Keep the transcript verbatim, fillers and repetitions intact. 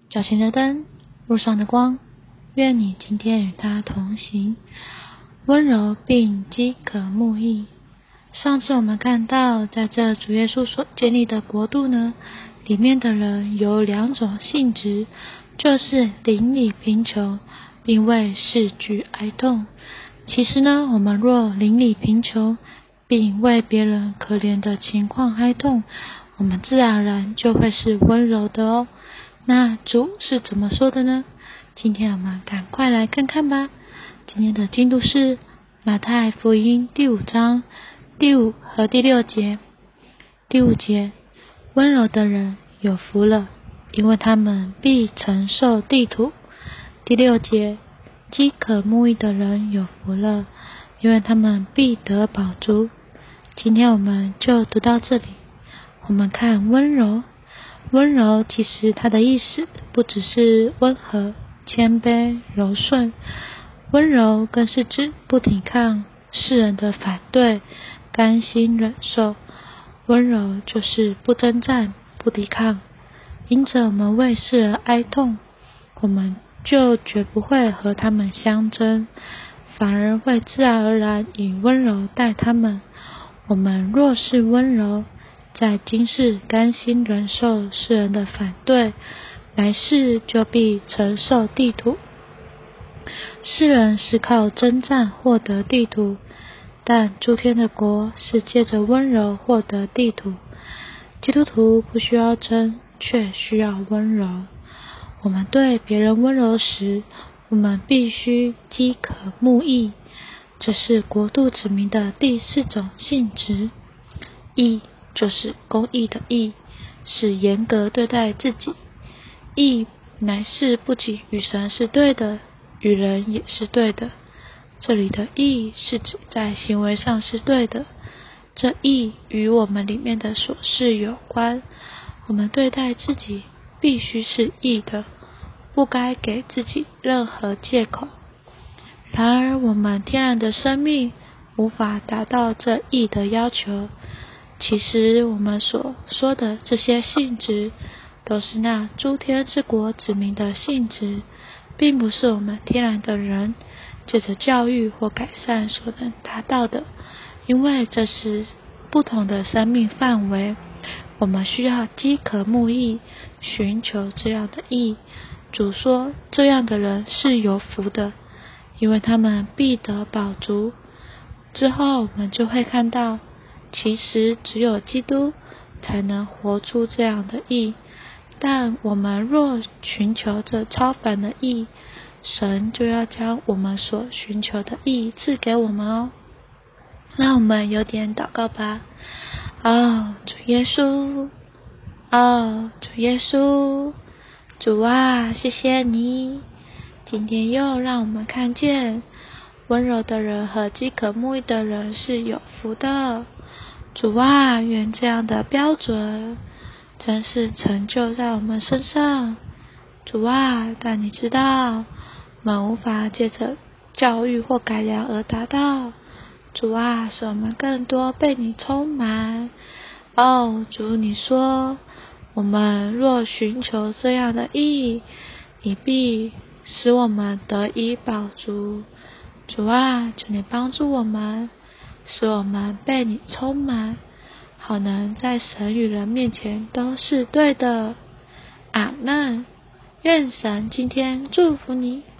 脚前的灯，路上的光，愿你今天与他同行，温柔并饥渴慕义。上次我们看到，在这主耶稣所建立的国度呢，里面的人有两种性质，就是邻里贫穷，并为世局哀痛。其实呢，我们若邻里贫穷，并为别人可怜的情况哀痛，我们自然而然就会是温柔的哦。那主是怎么说的呢？今天我们赶快来看看吧。今天的经读是马太福音第五章第五和第六节。第五节，温柔的人有福了，因为他们必承受地土。第六节，饥渴慕义的人有福了，因为他们必得饱足。今天我们就读到这里。我们看温柔，温柔其实它的意思不只是温和、谦卑、柔顺，温柔更是指不抵抗世人的反对，甘心忍受。温柔就是不征战、不抵抗，因着我们为世人哀痛，我们就绝不会和他们相争，反而会自然而然以温柔待他们。我们若是温柔，在今世甘心忍受世人的反对，来世就必承受地土。世人是靠征战获得地土，但诸天的国是借着温柔获得地土。基督徒不需要争，却需要温柔。我们对别人温柔时，我们必须饥渴慕义，这是国度子民的第四种性质。义就是公义的义，是严格对待自己。义乃是不仅与神是对的，与人也是对的。这里的义是指在行为上是对的，这义与我们里面的所事有关。我们对待自己必须是义的，不该给自己任何借口。然而我们天然的生命无法达到这义的要求。其实我们所说的这些性质，都是那诸天之国子民的性质，并不是我们天然的人借着教育或改善所能达到的，因为这是不同的生命范围。我们需要饥渴慕义，寻求这样的义。主说，这样的人是有福的，因为他们必得饱足。之后我们就会看到，其实只有基督才能活出这样的义，但我们若寻求这超凡的义，神就要将我们所寻求的义赐给我们哦。那我们有点祷告吧。哦，主耶稣，哦，主耶稣，主啊，谢谢你，今天又让我们看见温柔的人和饥渴慕义的人是有福的。主啊，愿这样的标准真是成就在我们身上。主啊，但你知道，我们无法借着教育或改良而达到。主啊，使我们更多被你充满。哦，主，你说，我们若寻求这样的义，你必使我们得以饱足。主啊，求你帮助我们，使我们被你充满，好能在神与人面前都是对的。阿们。愿神今天祝福你。